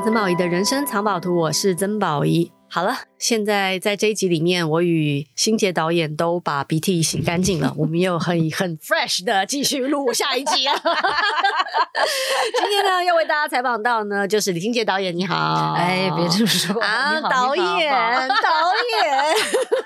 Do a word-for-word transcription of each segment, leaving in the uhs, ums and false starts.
曾宝仪的人生藏宝图，我是曾宝仪。好了，现在在这一集里面，我与欣洁导演都把鼻涕洗干净了，我们又很很 fresh 的继续录下一集啊。今天呢，要为大家采访到呢，就是李欣洁导演，你好。 哎，别这么说啊，导演，导演。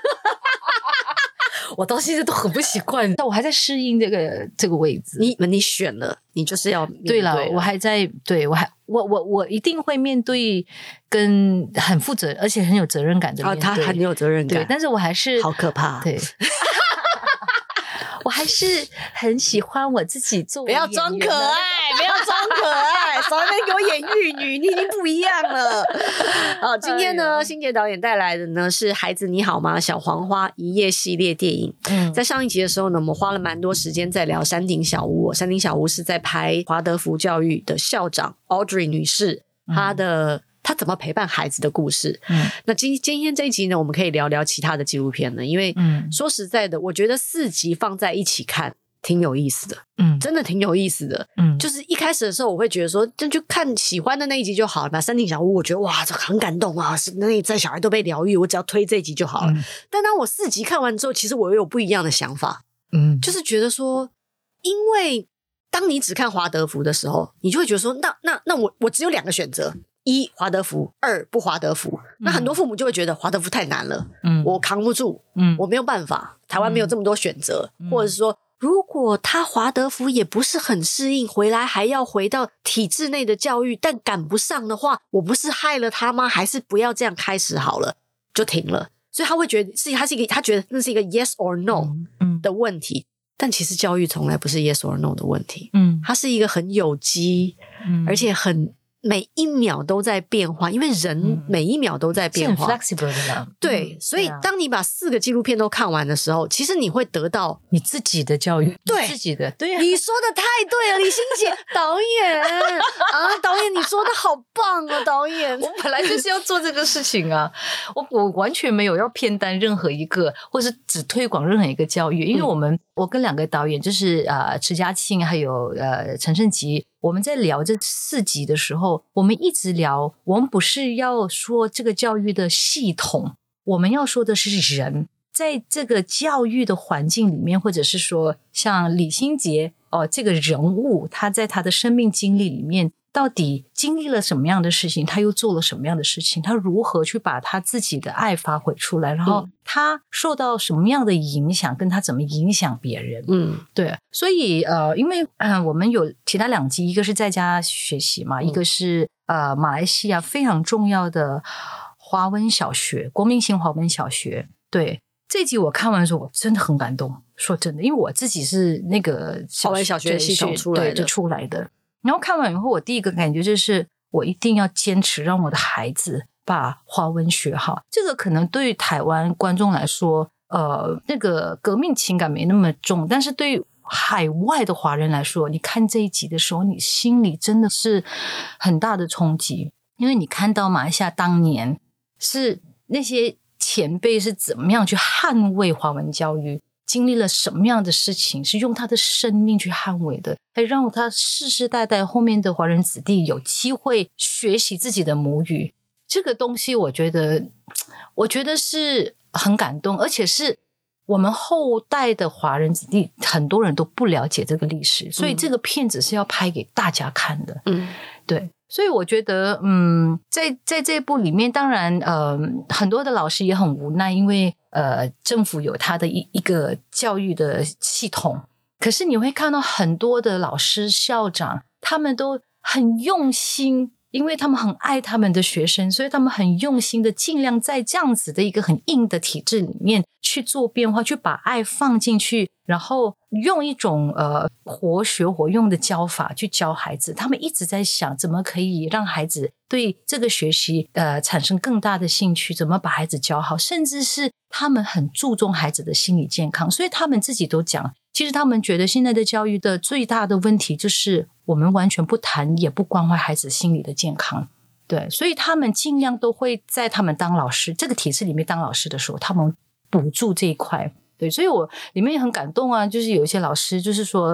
我到现在都很不习惯，但我还在适应这个这个位置。 你你选了，你就是要面对了， 对了我还在对我还我我我一定会面对，跟很负责而且很有责任感的面对。 哦，他很有责任感， 对，但是我还是好可怕。 对。我还是很喜欢我自己做， 不要装可爱，不要装可爱，少在那边给我演玉女，你已经不一样了。好，今天呢，哎、欣洁导演带来的呢是《孩子你好吗？小黄花一夜系列电影》。嗯，在上一集的时候呢，我们花了蛮多时间在聊山顶小屋。山顶小屋是在拍华德福教育的校长 Audrey 女士，她的。嗯他怎么陪伴孩子的故事。嗯，那今今天这一集呢，我们可以聊聊其他的纪录片呢，因为嗯，说实在的，我觉得四集放在一起看挺有意思的。嗯，真的挺有意思的。嗯，就是一开始的时候我会觉得说，这就看喜欢的那一集就好了嘛。山顶小屋我觉得哇，这很感动啊，是那在小孩都被疗愈，我只要推这一集就好了。嗯，但当我四集看完之后，其实我又有不一样的想法。嗯，就是觉得说，因为当你只看华德福的时候，你就会觉得说，那那那我我只有两个选择。一华德福，二不华德福。那很多父母就会觉得华德福太难了，嗯，我扛不住，嗯，我没有办法，台湾没有这么多选择，嗯，或者是说，如果他华德福也不是很适应，回来还要回到体制内的教育，但赶不上的话，我不是害了他吗？还是不要这样开始好了，就停了。所以他会觉得是，他是一个，他觉得那是一个 yes or no 的问题。嗯，但其实教育从来不是 yes or no 的问题，嗯，它是一个很有机，嗯，而且很。每一秒都在变化，因为人每一秒都在变化， 是很 flexible 的啦。 对，所以当你把四个纪录片都看完的时候，其实你会得到你自己的教育， 对， 自己的，对啊， 你说的太对了，李欣洁导演啊，导演你说的好棒啊，导演， 我本来就是要做这个事情啊，我我完全没有要偏袒任何一个，或是只推广任何一个教育，因为我们、嗯、我跟两个导演就是呃池嘉庆还有呃陈胜吉。我们在聊这四集的时候，我们一直聊，我们不是要说这个教育的系统，我们要说的是人，在这个教育的环境里面，或者是说像李欣洁哦、呃、这个人物，他在他的生命经历里面到底经历了什么样的事情，他又做了什么样的事情，他如何去把他自己的爱发挥出来，然后他受到什么样的影响，跟他怎么影响别人。嗯，对，所以呃，因为呃我们有其他两集，一个是在家学习嘛，嗯、一个是呃马来西亚非常重要的华文小学，国民型华文小学。对，这集我看完的时候，我真的很感动。说真的，因为我自己是那个华文小学系统出来的， 对，就出来的。然后看完以后，我第一个感觉就是我一定要坚持让我的孩子把华文学好。这个可能对于台湾观众来说呃，那个革命情感没那么重，但是对于海外的华人来说，你看这一集的时候，你心里真的是很大的冲击，因为你看到马来西亚当年是那些前辈是怎么样去捍卫华文教育，经历了什么样的事情，是用他的生命去捍卫的，还让他世世代代后面的华人子弟有机会学习自己的母语。这个东西我觉得我觉得是很感动，而且是我们后代的华人子弟很多人都不了解这个历史，所以这个片子是要拍给大家看的。嗯，对，所以我觉得嗯，在在这部里面当然呃，很多的老师也很无奈，因为呃，政府有他的一一个教育的系统，可是你会看到很多的老师校长他们都很用心，因为他们很爱他们的学生，所以他们很用心的尽量在这样子的一个很硬的体制里面去做变化，去把爱放进去，然后用一种呃活学活用的教法去教孩子。他们一直在想怎么可以让孩子对这个学习呃产生更大的兴趣，怎么把孩子教好，甚至是他们很注重孩子的心理健康。所以他们自己都讲，其实他们觉得现在的教育的最大的问题就是我们完全不谈也不关怀孩子心理的健康。对，所以他们尽量都会在他们当老师这个体制里面当老师的时候，他们补助这一块。对，所以我里面也很感动啊，就是有一些老师就是说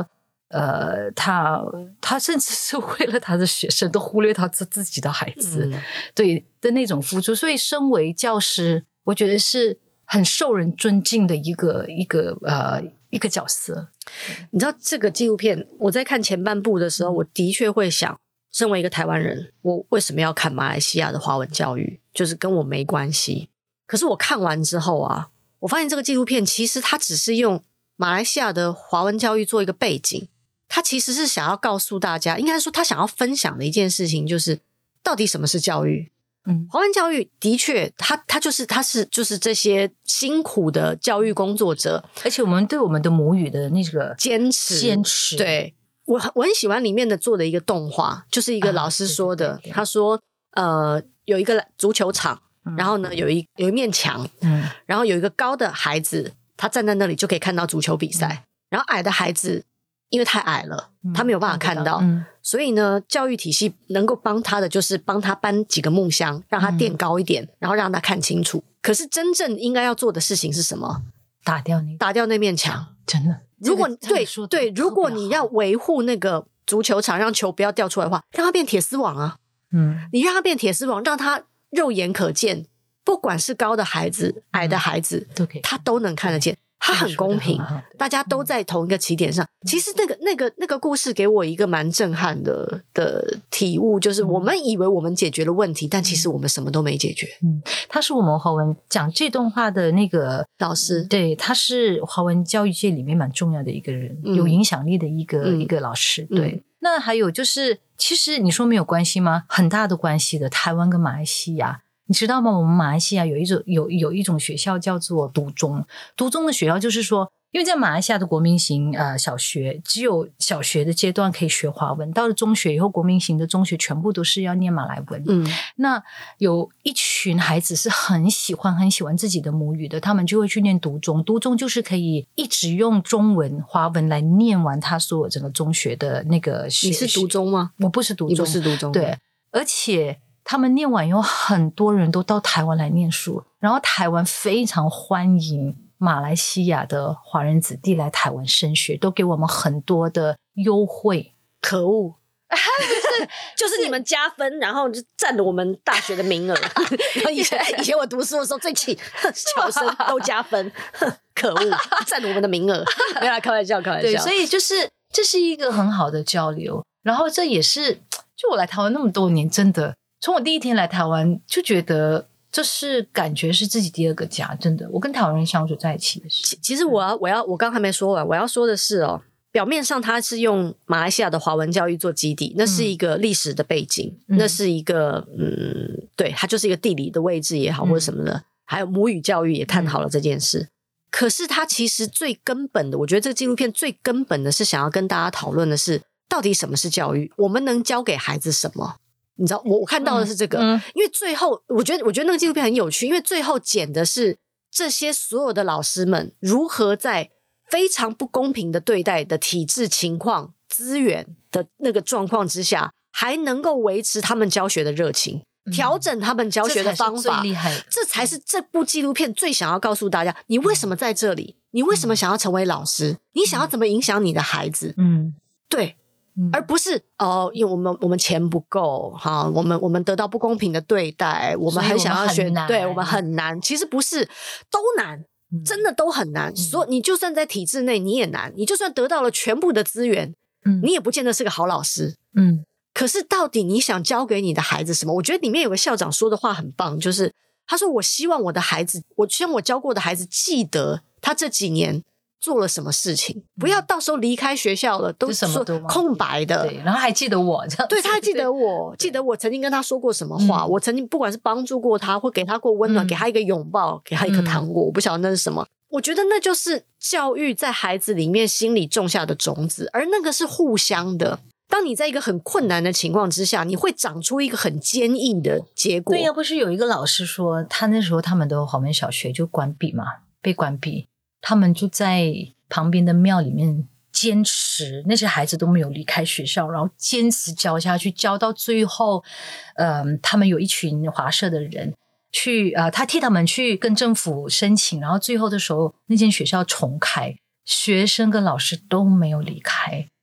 呃，他他甚至是为了他的学生都忽略他自自己的孩子，嗯、对的那种付出。所以，身为教师，我觉得是很受人尊敬的一个一个呃一个角色。 你知道这个纪录片，我在看前半部的时候，我的确会想，身为一个台湾人，我为什么要看马来西亚的华文教育？就是跟我没关系。可是我看完之后啊，我发现这个纪录片其实它只是用马来西亚的华文教育做一个背景，它其实是想要告诉大家，应该说他想要分享的一件事情就是到底什么是教育。嗯，华文教育的确它它就是它是就是这些辛苦的教育工作者， 而且我们对我们的母语的那个坚持坚持。 对，我我很喜欢里面的做的一个动画，就是一个老师说的，啊、对对对，他说呃有一个足球场，嗯、然后呢有一有一面墙，嗯，然后有一个高的孩子，他站在那里就可以看到足球比赛，嗯、然后矮的孩子因为太矮了，嗯、他没有办法看到，嗯、所以呢教育体系能够帮他的就是帮他搬几个木箱，让他垫高一点，嗯、然后让他看清楚。可是真正应该要做的事情是什么？ 打掉那打掉那面墙， 真的。 如果、 这个、 对对，如果你要维护那个足球场，让球不要掉出来的话，让它变铁丝网啊！嗯，你让它变铁丝网，让它肉眼可见，不管是高的孩子、嗯、矮的孩子，都可以，他都能看得见。它很公平，大家都在同一个起点上。嗯、其实那个、那个、那个故事给我一个蛮震撼的的体悟，就是我们以为我们解决了问题，嗯、但其实我们什么都没解决。 嗯，他是我们华文讲这段话的那个老师， 对，他是华文教育界里面蛮重要的一个人，嗯、有影响力的一个、嗯、一个老师。对，嗯、那还有就是，其实你说没有关系吗？很大的关系的，台湾跟马来西亚。你知道吗？我们马来西亚有一种有有一种学校叫做独中，独中的学校就是说，因为在马来西亚的国民型呃小学，只有小学的阶段可以学华文，到了中学以后，国民型的中学全部都是要念马来文。嗯，那有一群孩子是很喜欢很喜欢自己的母语的，他们就会去念独中，独中就是可以一直用中文华文来念完他所有整个中学的那个学。 你是独中吗？ 我不是独中， 你不是独中， 对，而且。他们念完以后，很多人都到台湾来念书，然后台湾非常欢迎马来西亚的华人子弟来台湾升学，都给我们很多的优惠。 可恶！就是你们加分，然后就占了我们大学的名额。以前以前我读书的时候最气，侨生都加分，可恶，占了我们的名额。没有啦，开玩笑，开玩笑。 对，所以就是这是一个很好的交流，然后这也是就我来台湾那么多年，真的。从我第一天来台湾就觉得这是感觉是自己第二个家，真的，我跟台湾人相处在一起的事。 其实我要我要我刚还没说完，我要说的是哦，表面上它是用马来西亚的华文教育做基底，那是一个历史的背景，嗯、那是一个嗯，对，它就是一个地理的位置也好，嗯、或者什么的，还有母语教育也探讨了这件事。嗯、可是它其实最根本的，我觉得这个纪录片最根本的是想要跟大家讨论的是，到底什么是教育？我们能教给孩子什么？你知道我我看到的是这个，嗯嗯、因为最后我觉得我觉得那个纪录片很有趣，因为最后剪的是这些所有的老师们如何在非常不公平的对待的体制情况、资源的那个状况之下，还能够维持他们教学的热情，嗯、调整他们教学的方法， 这才是最厉害的。 这才是这部纪录片最想要告诉大家：你为什么在这里？你为什么想要成为老师？嗯、你想要怎么影响你的孩子？嗯，对。而不是哦，因为我们我们钱不够哈，我们我们得到不公平的对待，我们很想要学，我对我们很难。其实不是，都难，真的都很难。嗯、所以你就算在体制内，你也难。你就算得到了全部的资源，嗯、你也不见得是个好老师。嗯，可是到底你想教给你的孩子什么？我觉得里面有个校长说的话很棒，就是他说：“我希望我的孩子，我希望我教过的孩子记得他这几年。”做了什么事情，不要到时候离开学校了都说空白的， 对，然后还记得我这样， 对，他还记得我，记得我曾经跟他说过什么话，嗯、我曾经不管是帮助过他，或给他过温暖，嗯、给他一个拥抱，给他一颗糖果，嗯、我不晓得那是什么。我觉得那就是教育在孩子里面心里种下的种子，而那个是互相的。当你在一个很困难的情况之下，你会长出一个很坚硬的结果。 对，要不是有一个老师说，他那时候他们的华文小学就关闭嘛，被关闭。他们就在旁边的庙里面坚持，那些孩子都没有离开学校，然后坚持教下去，教到最后，呃，他们有一群华社的人去，呃，他替他们去跟政府申请，然后最后的时候，那间学校重开，学生跟老师都没有离开，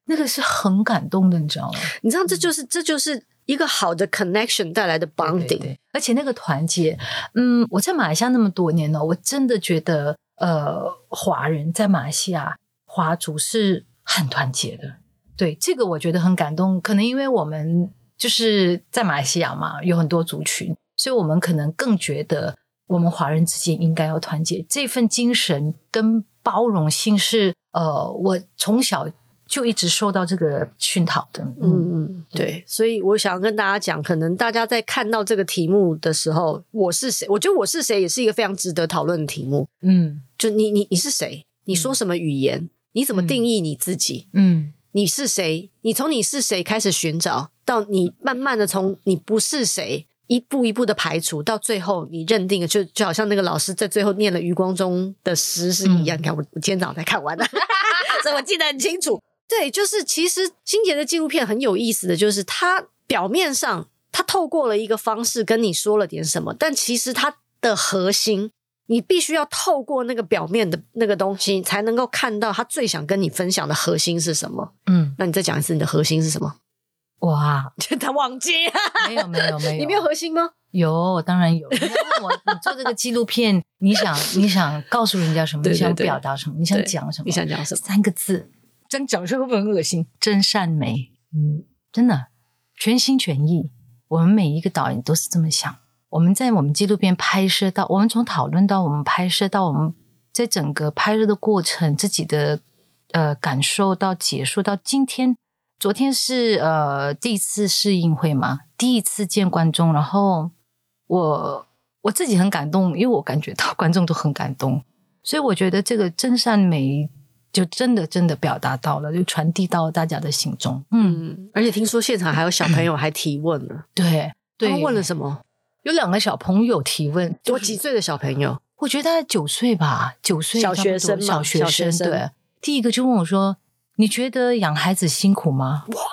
那个是很感动的，你知道吗？ 你知道这就是这就是一个好的 connection 带来的 bonding， 对对对，而且那个团结，嗯，我在马来西亚那么多年了，我真的觉得呃，华人在马来西亚华族是很团结的。对，这个我觉得很感动，可能因为我们就是在马来西亚嘛，有很多族群，所以我们可能更觉得我们华人之间应该要团结，这份精神跟包容性是呃，我从小就一直受到这个熏陶的。 嗯嗯，对，所以我想跟大家讲，可能大家在看到这个题目的时候，我是谁？我觉得我是谁也是一个非常值得讨论的题目。嗯，就你你你是谁？你说什么语言？嗯、你怎么定义你自己？嗯，你是谁？你从你是谁开始寻找，到你慢慢的从你不是谁一步一步的排除，到最后你认定了，就就好像那个老师在最后念了余光中的诗是一样。嗯、你看我我今天早上才看完的，所以我记得很清楚。对，就是其实欣洁的纪录片很有意思的就是他表面上他透过了一个方式跟你说了点什么，但其实他的核心你必须要透过那个表面的那个东西才能够看到他最想跟你分享的核心是什么。嗯，那你再讲一次你的核心是什么？哇，他忘记没有没有没有， 你没有核心吗？ 有，当然有。你问我，你做这个纪录片，你想你想告诉人家什么？ 对对对， 你想表达什么？你想讲什么？ 你想讲什么？ 三个字，这样讲是会不会很恶心？真善美。嗯，真的，全心全意。我们每一个导演都是这么想。我们在我们纪录片拍摄到，我们从讨论到我们拍摄到我们在整个拍摄的过程，自己的呃感受到结束到今天。昨天是呃第一次试映会嘛，第一次见观众，然后我我自己很感动，因为我感觉到观众都很感动，所以我觉得这个真善美就真的真的表达到了，就传递到大家的心中。嗯， 嗯，而且听说现场还有小朋友还提问了。 对对， 他们问了什么？ 有两个小朋友提问。 多几岁的小朋友？ 我觉得大概九岁吧，九岁小学生嘛， 小学生。 小学生对，第一个就问我说：“你觉得养孩子辛苦吗？”哇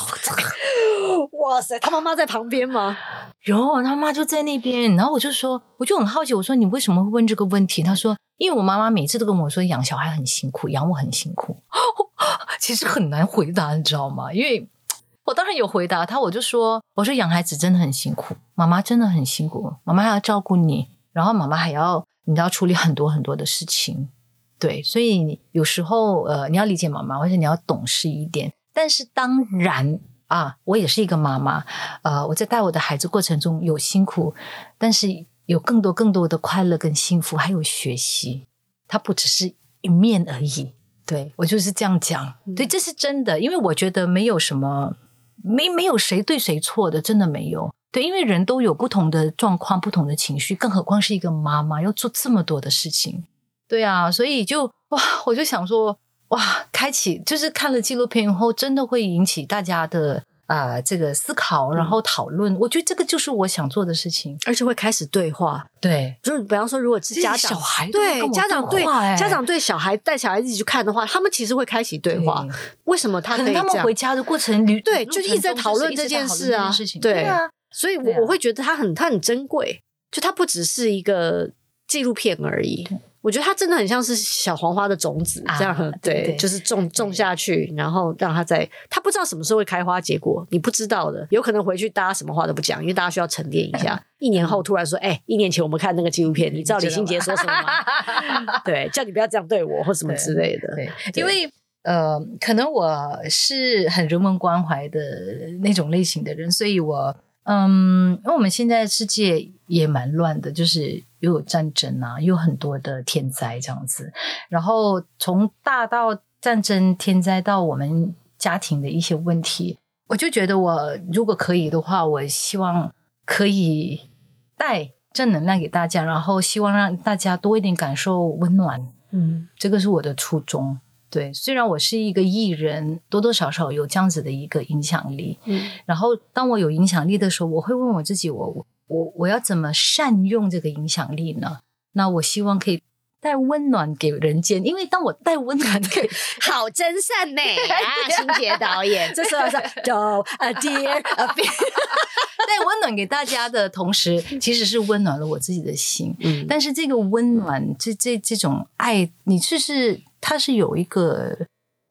哇塞，他妈妈在旁边吗？ 有，他妈妈就在那边。然后我就说，我就很好奇，我说你为什么会问这个问题？他说，因为我妈妈每次都跟我说养小孩很辛苦，养我很辛苦。其实很难回答，你知道吗？因为我当然有回答他，我就说，我说养孩子真的很辛苦，妈妈真的很辛苦，妈妈还要照顾你，然后妈妈还要你要处理很多很多的事情。对，所以有时候呃，你要理解妈妈，或者你要懂事一点。但是当然啊，我也是一个妈妈，呃，我在带我的孩子过程中有辛苦，但是有更多更多的快乐跟幸福，还有学习，它不只是一面而已。对，我就是这样讲，对，这是真的，因为我觉得没有什么，没没有谁对谁错的，真的没有。对，因为人都有不同的状况，不同的情绪，更何况是一个妈妈要做这么多的事情。对啊，所以就哇，我就想说，哇，开启就是看了纪录片以后，真的会引起大家的啊、呃、这个思考，然后讨论。嗯、我觉得这个就是我想做的事情， 而且会开始对话。 对， 就是比方说，如果是家长， 小孩对家长对欸、 家长对小孩带小孩子一起去看的话，他们其实会开启对话。对，为什么他可以这样？ 可能他们回家的过程里， 对，就一直在讨论这件事啊。对啊，所以我、啊、我会觉得它很它很珍贵，就它不只是一个纪录片而已。我觉得它真的很像是小黄花的种子，这样、啊、对, 对，就是种种下去，然后让它在，它不知道什么时候会开花结果，你不知道的，有可能回去大家什么话都不讲，因为大家需要沉淀一下。一年后突然说，哎、欸，一年前我们看那个纪录片，你知道李心洁说什么吗？对，叫你不要这样对我或什么之类的。 对，对因为呃，可能我是很人文关怀的那种类型的人，所以我嗯，因为我们现在世界也蛮乱的，就是又有战争啊，又有很多的天灾这样子，然后从大到战争天灾到我们家庭的一些问题，我就觉得我如果可以的话，我希望可以带正能量给大家，然后希望让大家多一点感受温暖。嗯，这个是我的初衷。对，虽然我是一个艺人，多多少少有这样子的一个影响力。嗯，然后当我有影响力的时候，我会问我自己，我我我要怎么善用这个影响力呢？那我希望可以带温暖给人间，因为当我带温暖给好真善美啊，心洁导演，这时候是 Do a dear a beer 带温暖给大家的同时，其实是温暖了我自己的心。嗯，但是这个温暖，这这这种爱，你就是它是有一个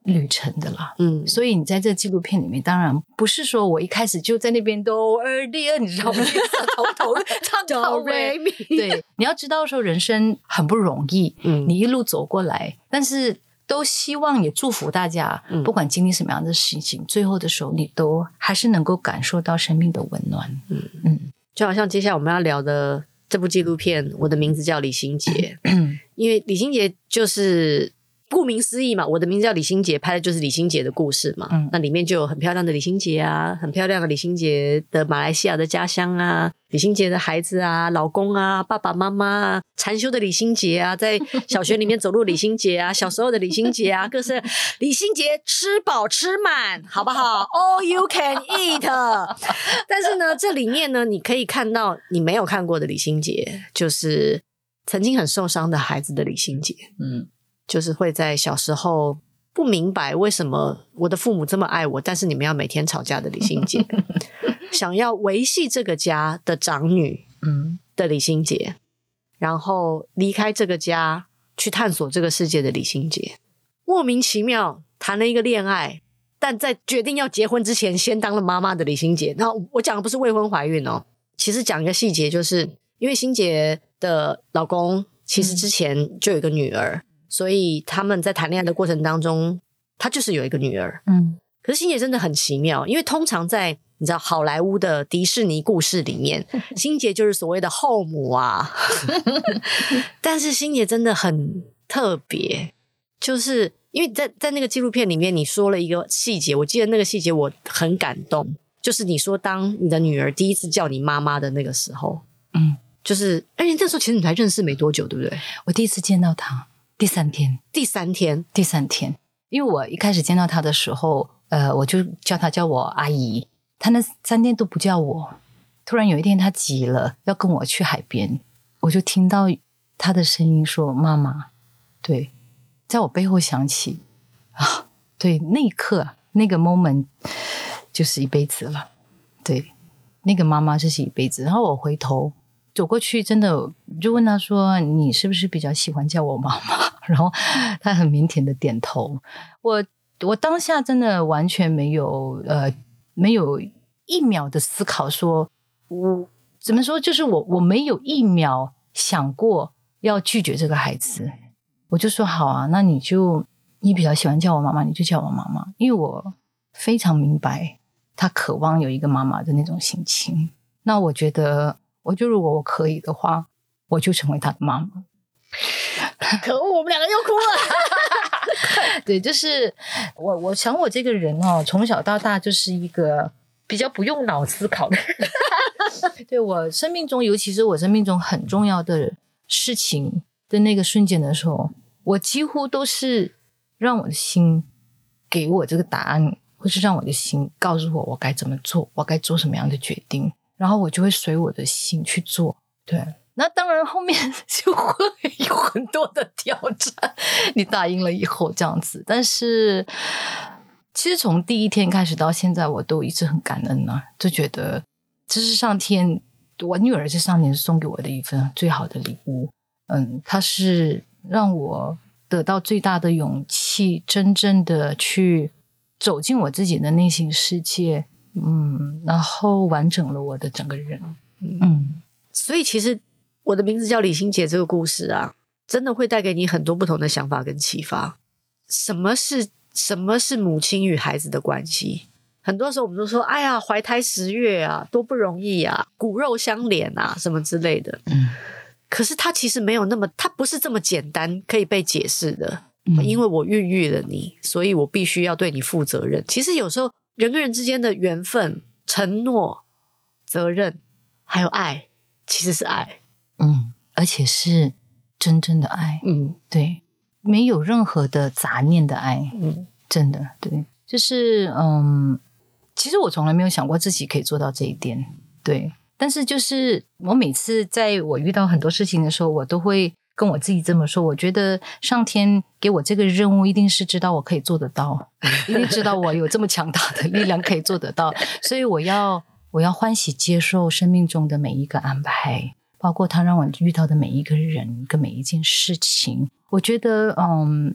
旅程的啦。 嗯， 所以你在这纪录片里面，当然不是说我一开始就在那边都二第二，你知道吗？从头唱到尾。对，你要知道说人生很不容易，嗯，你一路走过来，但是都希望也祝福大家，嗯，不管经历什么样的事情，最后的时候你都还是能够感受到生命的温暖。嗯嗯，就好像接下来我们要聊的这部纪录片，我的名字叫李心洁，因为李心洁就是顾名思义嘛，我的名字叫李心洁，拍的就是李心洁的故事嘛。嗯，那里面就有很漂亮的李心洁啊，很漂亮的李心洁的马来西亚的家乡啊，李心洁的孩子啊，老公啊，爸爸妈妈啊，禅修的李心洁啊，在小学里面走路李心洁啊，小时候的李心洁啊，各是李心洁吃饱吃满，好不好 ？All you can eat 。但是呢，这里面呢，你可以看到你没有看过的李心洁，就是曾经很受伤的孩子的李心洁。嗯。就是会在小时候不明白为什么我的父母这么爱我，但是你们要每天吵架的李心洁，想要维系这个家的长女的李心洁，然后离开这个家去探索这个世界的李心洁，莫名其妙谈了一个恋爱，但在决定要结婚之前先当了妈妈的李心洁。然后我讲的不是未婚怀孕哦，其实讲一个细节，就是因为心洁的老公其实之前就有一个女儿，所以他们在谈恋爱的过程当中，他就是有一个女儿。嗯，可是心洁真的很奇妙，因为通常在你知道好莱坞的迪士尼故事里面，心洁就是所谓的后母啊。但是心洁真的很特别，就是因为在在那个纪录片里面，你说了一个细节，我记得那个细节我很感动，就是你说当你的女儿第一次叫你妈妈的那个时候，嗯，就是而且那时候其实你才认识没多久，对不对？ 我第一次见到她。第三天， 第三天， 第三天，因为我一开始见到他的时候，呃，我就叫他叫我阿姨，他那三天都不叫我。突然有一天，他急了，要跟我去海边，我就听到他的声音说：“妈妈。”对，在我背后响起啊，对，那一刻，那个 moment 就是一辈子了。对，那个妈妈就是一辈子。然后我回头。走过去真的就问他说你是不是比较喜欢叫我妈妈，然后他很腼腆的点头。我我当下真的完全没有呃没有一秒的思考说我怎么说，就是我我没有一秒想过要拒绝这个孩子。我就说好啊，那你就你比较喜欢叫我妈妈，你就叫我妈妈，因为我非常明白他渴望有一个妈妈的那种心情。那我觉得我就如果我可以的话，我就成为他的妈妈。 可恶，我们两个又哭了。 对，就是我，我想我这个人哦，从小到大就是一个比较不用脑思考的人。对，我生命中，尤其是我生命中很重要的事情的那个瞬间的时候，我几乎都是让我的心给我这个答案，或是让我的心告诉我我该怎么做，我该做什么样的决定。然后我就会随我的心去做。对，那当然后面就会有很多的挑战，你答应了以后这样子。但是其实从第一天开始到现在，我都一直很感恩啊，就觉得这是上天，我女儿是上天送给我的一份最好的礼物。嗯，它是让我得到最大的勇气，真正的去走进我自己的内心世界。嗯，然后完整了我的整个人。嗯， 所以其实我的名字叫李心洁这个故事啊，真的会带给你很多不同的想法跟启发。什么是什么是母亲与孩子的关系？很多时候我们都说，哎呀，怀胎十月啊，多不容易啊，骨肉相连啊，什么之类的。嗯，可是它其实没有那么，它不是这么简单可以被解释的。嗯，因为我孕育了你，所以我必须要对你负责任。其实有时候人跟人之间的缘分、承诺、责任还有爱，其实是爱。 嗯，而且是真正的爱。嗯，对，没有任何的杂念的爱。嗯，真的，对，就是嗯，其实我从来没有想过自己可以做到这一点。对，但是就是我每次在我遇到很多事情的时候，我都会跟我自己这么说，我觉得上天给我这个任务一定是知道我可以做得到，一定知道我有这么强大的力量可以做得到，所以我要我要欢喜接受生命中的每一个安排，包括他让我遇到的每一个人跟每一件事情。我觉得嗯，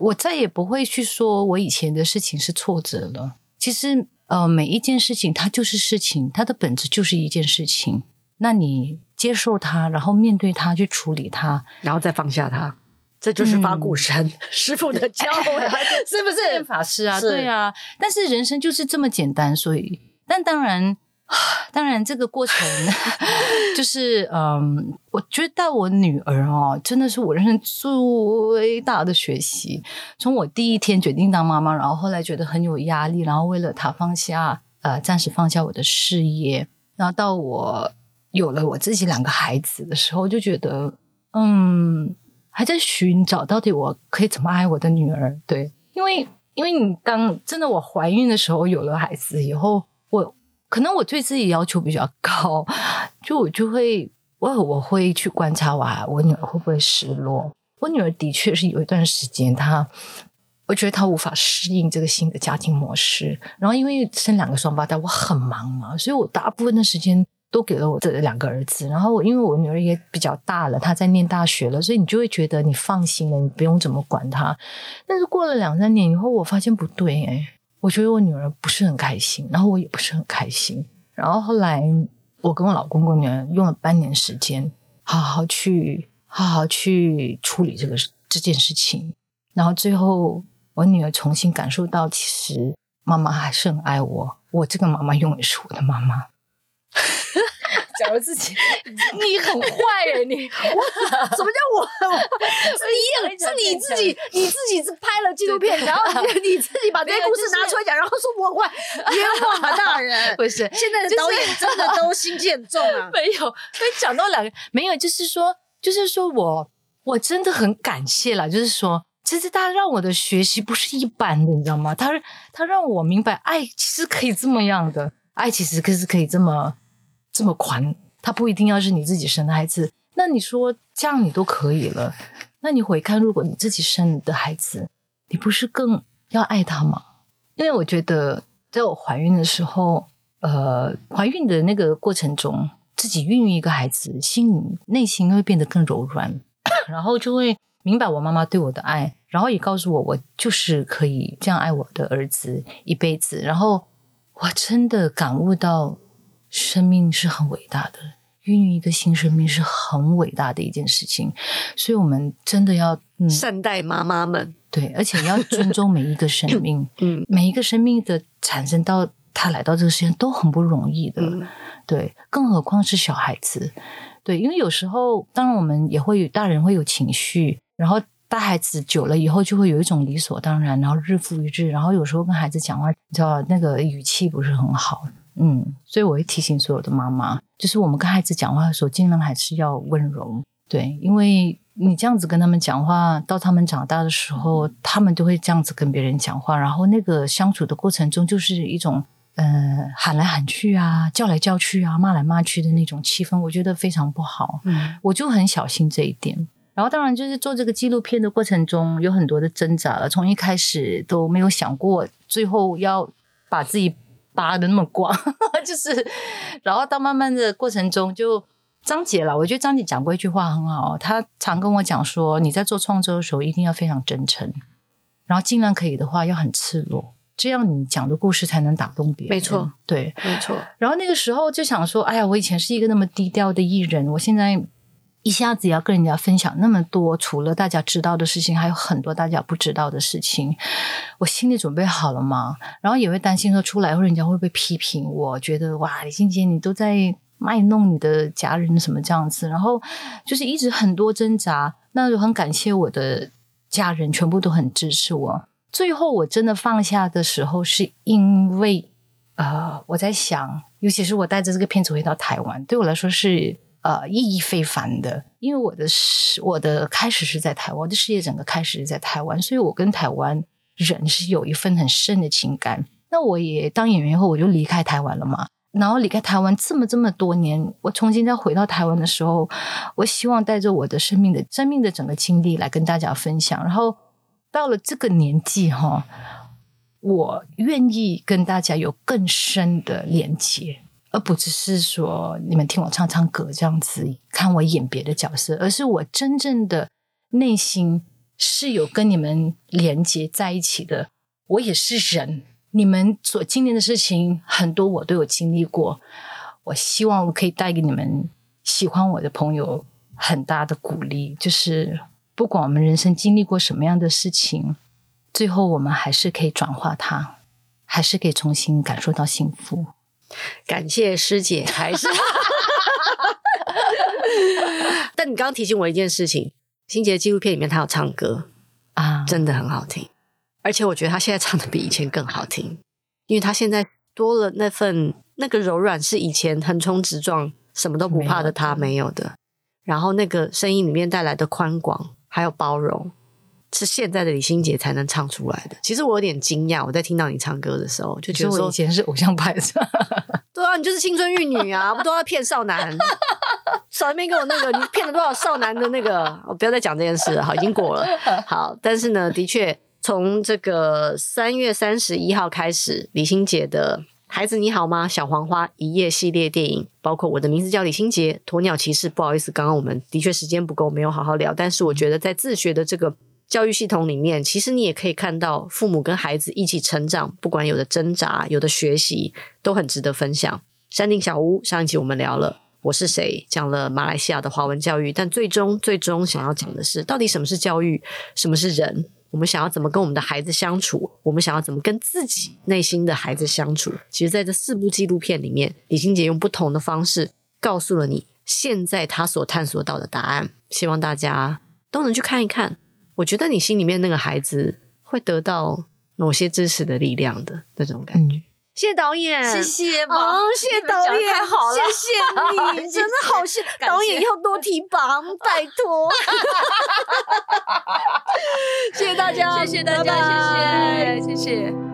我再也不会去说我以前的事情是挫折了。其实呃，每一件事情它就是事情，它的本质就是一件事情，那你接受它，然后面对它，去处理它， 然后再放下它，这就是法鼓山、嗯、师父的教诲是不是？ 法师啊，对啊。但是人生就是这么简单，所以但当然当然这个过程就是嗯，我觉得我女儿哦，真的是我人生最大的学习。从我第一天决定当妈妈，然后后来觉得很有压力，然后为了她放下呃，暂时放下我的事业，然后到我有了我自己两个孩子的时候，就觉得嗯，还在寻找到底我可以怎么爱我的女儿。对，因为因为你当真的我怀孕的时候有了孩子以后，我可能我对自己要求比较高，就我就会我我会去观察我我女儿会不会失落。我女儿的确是有一段时间她我觉得她无法适应这个新的家庭模式，然后因为生两个双胞胎我很忙嘛，所以我大部分的时间都给了我这两个儿子，然后因为我女儿也比较大了，她在念大学了，所以你就会觉得你放心了，你不用怎么管她。但是过了两三年以后，我发现不对诶，我觉得我女儿不是很开心，然后我也不是很开心。然后后来我跟我老公跟我女儿用了半年时间，好好去好好去处理这个这件事情。然后最后我女儿重新感受到，其实妈妈还是很爱我，我这个妈妈永远是我的妈妈。讲了自己，你很坏耶！你什么叫我很坏？是你是你自己，你自己是拍了纪录片，然后你自己把这些故事拿出来讲，然后说我坏，冤枉啊大人！ 不是， 现在的导演真的都心机很重啊。 没有，所以讲到两个没有，就是说，就是说我我真的很感谢啦，就是说。其实他让我的学习不是一般的，你知道吗？他他让我明白，爱其实可以这么样的，爱其实可是可以这么这么宽，他不一定要是你自己生的孩子。那你说这样你都可以了，那你回看，如果你自己生的孩子，你不是更要爱他吗？因为我觉得，在我怀孕的时候，呃，怀孕的那个过程中，自己孕育一个孩子，心里内心会变得更柔软，然后就会。明白我妈妈对我的爱，然后也告诉我我就是可以这样爱我的儿子一辈子，然后我真的感悟到生命是很伟大的，孕育一个新生命是很伟大的一件事情，所以我们真的要、 嗯、善待妈妈们， 对，而且要尊重每一个生命嗯，每一个生命的产生到他来到这个世界都很不容易的、嗯、对，更何况是小孩子。对，因为有时候当然我们也会大人会有情绪，然后带孩子久了以后就会有一种理所当然，然后日复一日，然后有时候跟孩子讲话你知道那个语气不是很好，嗯，所以我会提醒所有的妈妈，就是我们跟孩子讲话的时候尽量还是要温柔，对，因为你这样子跟他们讲话，到他们长大的时候他们都会这样子跟别人讲话，然后那个相处的过程中就是一种呃，喊来喊去啊，叫来叫去啊，骂来骂去的那种气氛，我觉得非常不好。嗯，我就很小心这一点。然后当然就是做这个纪录片的过程中有很多的挣扎了，从一开始都没有想过最后要把自己扒得那么光就是然后到慢慢的过程中就张姐啦，我觉得张姐讲过一句话很好，她常跟我讲说你在做创作的时候一定要非常真诚，然后尽量可以的话要很赤裸，这样你讲的故事才能打动别人。 没错， 对， 没错。 然后那个时候就想说，哎呀，我以前是一个那么低调的艺人，我现在一下子要跟人家分享那么多，除了大家知道的事情，还有很多大家不知道的事情，我心里准备好了吗？然后也会担心说出来后人家会不会批评我，觉得哇，李心洁你都在卖弄你的家人什么这样子，然后就是一直很多挣扎。那就很感谢我的家人全部都很支持我。最后我真的放下的时候是因为呃，我在想，尤其是我带着这个片子回到台湾，对我来说是呃意义非凡的，因为我的我的开始是在台湾，我的事业整个开始是在台湾，所以我跟台湾人是有一份很深的情感。那我也当演员以后我就离开台湾了嘛，然后离开台湾这么这么多年，我重新再回到台湾的时候，我希望带着我的生命的生命的整个经历来跟大家分享。然后到了这个年纪哈，我愿意跟大家有更深的连接，而不只是说你们听我唱唱歌这样子，看我演别的角色，而是我真正的内心是有跟你们连接在一起的，我也是人，你们所经历的事情很多我都有经历过，我希望我可以带给你们喜欢我的朋友很大的鼓励，就是不管我们人生经历过什么样的事情，最后我们还是可以转化它，还是可以重新感受到幸福。 感谢师姐，还是但你刚刚提醒我一件事情，欣洁纪录片里面她有唱歌啊， 真的很好听，而且我觉得她现在唱的比以前更好听，因为她现在多了那份那个柔软，是以前横冲直撞什么都不怕的她没有的，然后那个声音里面带来的宽广还有包容，是现在的李心洁才能唱出来的。其实我有点惊讶，我在听到你唱歌的时候就觉得说， 我以前是偶像派的对啊，你就是青春玉女啊，不都要骗少男？少那边给我那个，你骗了多少少男的那个？我不要再讲这件事了，好，已经过了。好，但是呢，的确从这个三月三十一号开始，李心洁的孩子你好吗？小黄花一夜系列电影，包括我的名字叫李心洁、鸵鸟骑士。不好意思，刚刚我们的确时间不够，没有好好聊。但是我觉得在自学的这个教育系统里面，其实你也可以看到父母跟孩子一起成长，不管有的挣扎，有的学习，都很值得分享。山顶小屋上一集我们聊了我是谁，讲了马来西亚的华文教育，但最终最终想要讲的是，到底什么是教育，什么是人，我们想要怎么跟我们的孩子相处，我们想要怎么跟自己内心的孩子相处。其实在这四部纪录片里面，李心洁用不同的方式告诉了你现在他所探索到的答案，希望大家都能去看一看。我觉得你心里面那个孩子会得到某些支持的力量的那种感觉。嗯，谢谢导演， 谢谢哦，谢谢导演， 太好了， 谢谢你，真的好谢导演要多提拔，拜托。谢谢大家， 谢谢大家， 拜拜， 谢谢，谢谢。